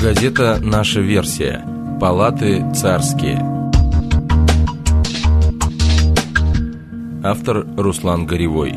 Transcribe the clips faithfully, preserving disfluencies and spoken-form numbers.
Газета «Наша версия». Палаты царские. Автор Руслан Горевой.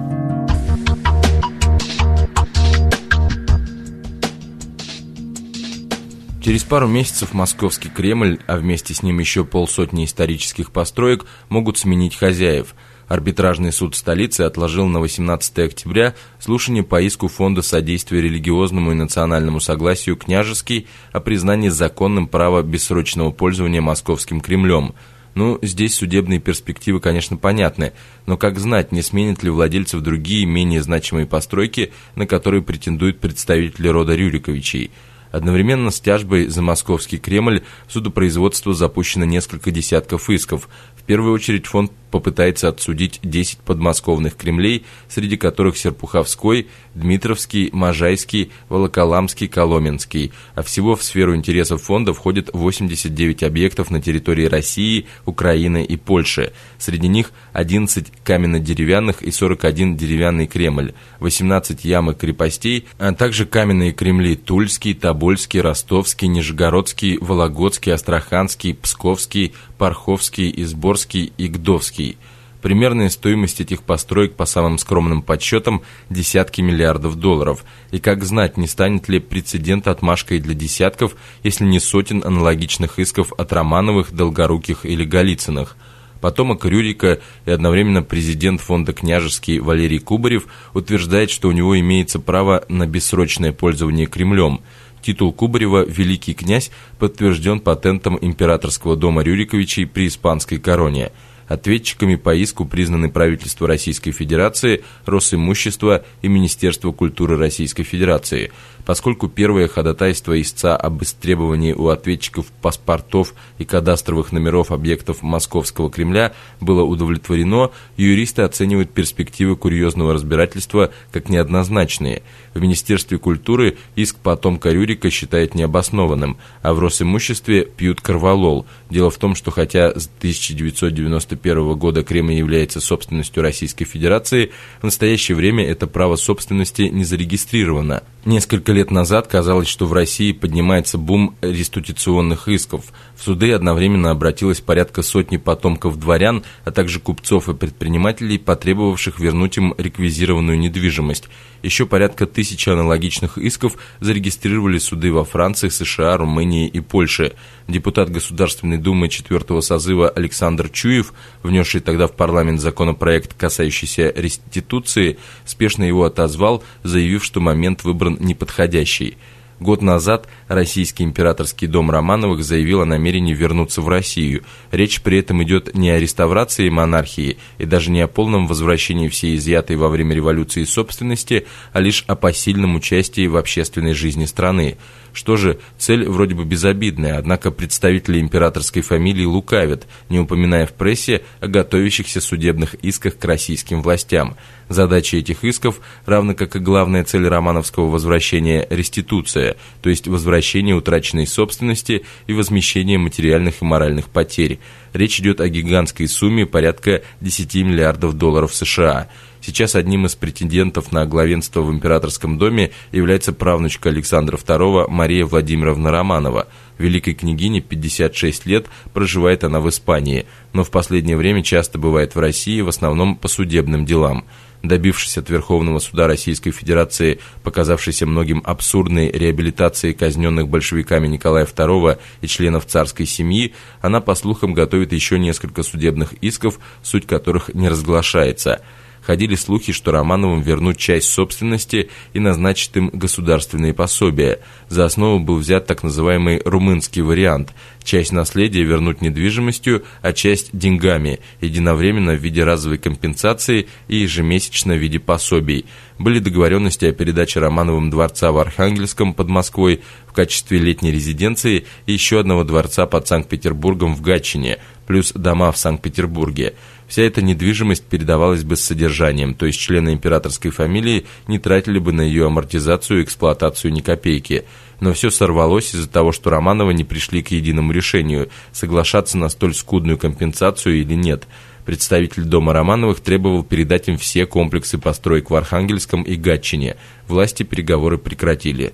Через пару месяцев московский Кремль, а вместе с ним еще полсотни исторических построек, могут сменить хозяев. Арбитражный суд столицы отложил на восемнадцатое октября слушание по иску Фонда содействия религиозному и национальному согласию «Княжеский» о признании законным права бессрочного пользования Московским Кремлем. Ну, здесь судебные перспективы, конечно, понятны, но как знать, не сменят ли владельцев другие, менее значимые постройки, на которые претендуют представители рода Рюриковичей. Одновременно с тяжбой за Московский Кремль в судопроизводство запущено несколько десятков исков. В первую очередь фонд попытается отсудить десять подмосковных Кремлей, среди которых Серпуховской, Дмитровский, Можайский, Волоколамский, Коломенский. А всего в сферу интересов фонда входят восемьдесят девять объектов на территории России, Украины и Польши. Среди них одиннадцать каменно-деревянных и сорок один деревянный Кремль, восемнадцать ямок крепостей, а также каменные Кремли Тульский, Тобольский, Ростовский, Нижегородский, Вологодский, Астраханский, Псковский, Парховский, Изборский и Гдовский. Примерная стоимость этих построек, по самым скромным подсчетам, десятки миллиардов долларов. И как знать, не станет ли прецедент отмашкой для десятков, если не сотен аналогичных исков от Романовых, Долгоруких или Голицыных. Потомок Рюрика и одновременно президент фонда «Княжеский» Валерий Кубарев утверждает, что у него имеется право на бессрочное пользование Кремлем. Титул Кубарева «Великий князь» подтвержден патентом императорского дома Рюриковичей при испанской короне. Ответчиками по иску признаны правительство Российской Федерации, Росимущество и Министерство культуры Российской Федерации. Поскольку первое ходатайство истца об истребовании у ответчиков паспортов и кадастровых номеров объектов Московского Кремля было удовлетворено, юристы оценивают перспективы курьезного разбирательства как неоднозначные. В Министерстве культуры иск потомка Рюрика считают необоснованным, а в Росимуществе пьют корвалол. Дело в том, что хотя с тысяча девятьсот девяносто первого года Кремль является собственностью Российской Федерации, в настоящее время это право собственности не зарегистрировано. Несколько лет назад казалось, что в России поднимается бум реституционных исков. В суды одновременно обратилось порядка сотни потомков дворян, а также купцов и предпринимателей, потребовавших вернуть им реквизированную недвижимость. Еще порядка тысячи аналогичных исков зарегистрировали суды во Франции, США, Румынии и Польше. Депутат Государственной Думы четвертого созыва Александр Чуев, внесший тогда в парламент законопроект, касающийся реституции, спешно его отозвал, заявив, что момент выбран неподходящий. Год назад российский императорский дом Романовых заявил о намерении вернуться в Россию. Речь при этом идет не о реставрации монархии и даже не о полном возвращении всей изъятой во время революции собственности, а лишь о посильном участии в общественной жизни страны. Что же, цель вроде бы безобидная, однако представители императорской фамилии лукавят, не упоминая в прессе о готовящихся судебных исках к российским властям. Задача этих исков, равно как и главная цель романовского возвращения – реституция, то есть возвращение утраченной собственности и возмещение материальных и моральных потерь. Речь идет о гигантской сумме порядка десяти миллиардов долларов США. Сейчас одним из претендентов на главенство в императорском доме является правнучка Александра второго Мария Владимировна Романова. Великой княгине пятьдесят шесть лет, проживает она в Испании, но в последнее время часто бывает в России, в основном по судебным делам. Добившись от Верховного суда Российской Федерации, показавшейся многим абсурдной реабилитации казненных большевиками Николая второго и членов царской семьи, она, по слухам, готовит еще несколько судебных исков, суть которых не разглашается. Ходили слухи, что Романовым вернут часть собственности и назначат им государственные пособия. За основу был взят так называемый румынский вариант. Часть наследия вернуть недвижимостью, а часть деньгами, единовременно в виде разовой компенсации и ежемесячно в виде пособий. Были договоренности о передаче Романовым дворца в Архангельском под Москвой в качестве летней резиденции и еще одного дворца под Санкт-Петербургом в Гатчине, плюс дома в Санкт-Петербурге. Вся эта недвижимость передавалась бы с содержанием, то есть члены императорской фамилии не тратили бы на ее амортизацию и эксплуатацию ни копейки. Но все сорвалось из-за того, что Романовы не пришли к единому решению, соглашаться на столь скудную компенсацию или нет. Представитель дома Романовых требовал передать им все комплексы построек в Архангельском и Гатчине. Власти переговоры прекратили.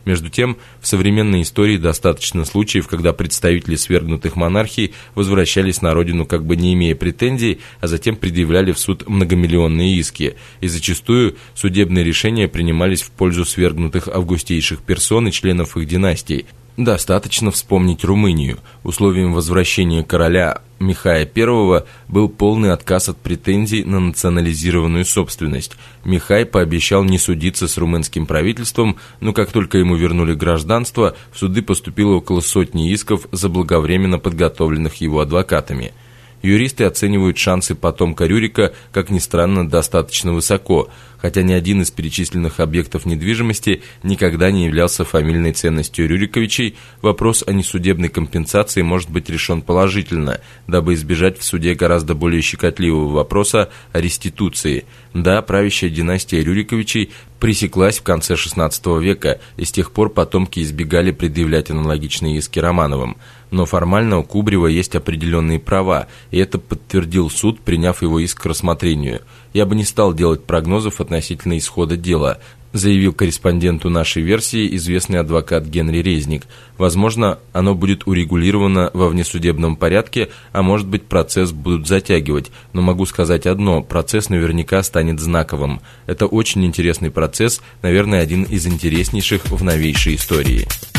Между тем, в современной истории достаточно случаев, когда представители свергнутых монархий возвращались на родину как бы не имея претензий, а затем предъявляли в суд многомиллионные иски, и зачастую судебные решения принимались в пользу свергнутых августейших персон и членов их династий. Достаточно вспомнить Румынию. Условием возвращения короля Михая Первого был полный отказ от претензий на национализированную собственность. Михай пообещал не судиться с румынским правительством, но как только ему вернули гражданство, в суды поступило около сотни исков, заблаговременно подготовленных его адвокатами. Юристы оценивают шансы потомка Рюрика, как ни странно, достаточно высоко, хотя ни один из перечисленных объектов недвижимости никогда не являлся фамильной ценностью Рюриковичей, вопрос о несудебной компенсации может быть решен положительно, дабы избежать в суде гораздо более щекотливого вопроса о реституции. Да, правящая династия Рюриковичей пресеклась в конце шестнадцатого века, и с тех пор потомки избегали предъявлять аналогичные иски Романовым. Но формально у Кубрева есть определенные права, и это подтвердил суд, приняв его иск к рассмотрению. «Я бы не стал делать прогнозов относительно исхода дела», заявил корреспонденту нашей версии известный адвокат Генри Резник. Возможно, оно будет урегулировано во внесудебном порядке, а может быть, процесс будут затягивать. Но могу сказать одно: процесс наверняка станет знаковым. Это очень интересный процесс, наверное, один из интереснейших в новейшей истории.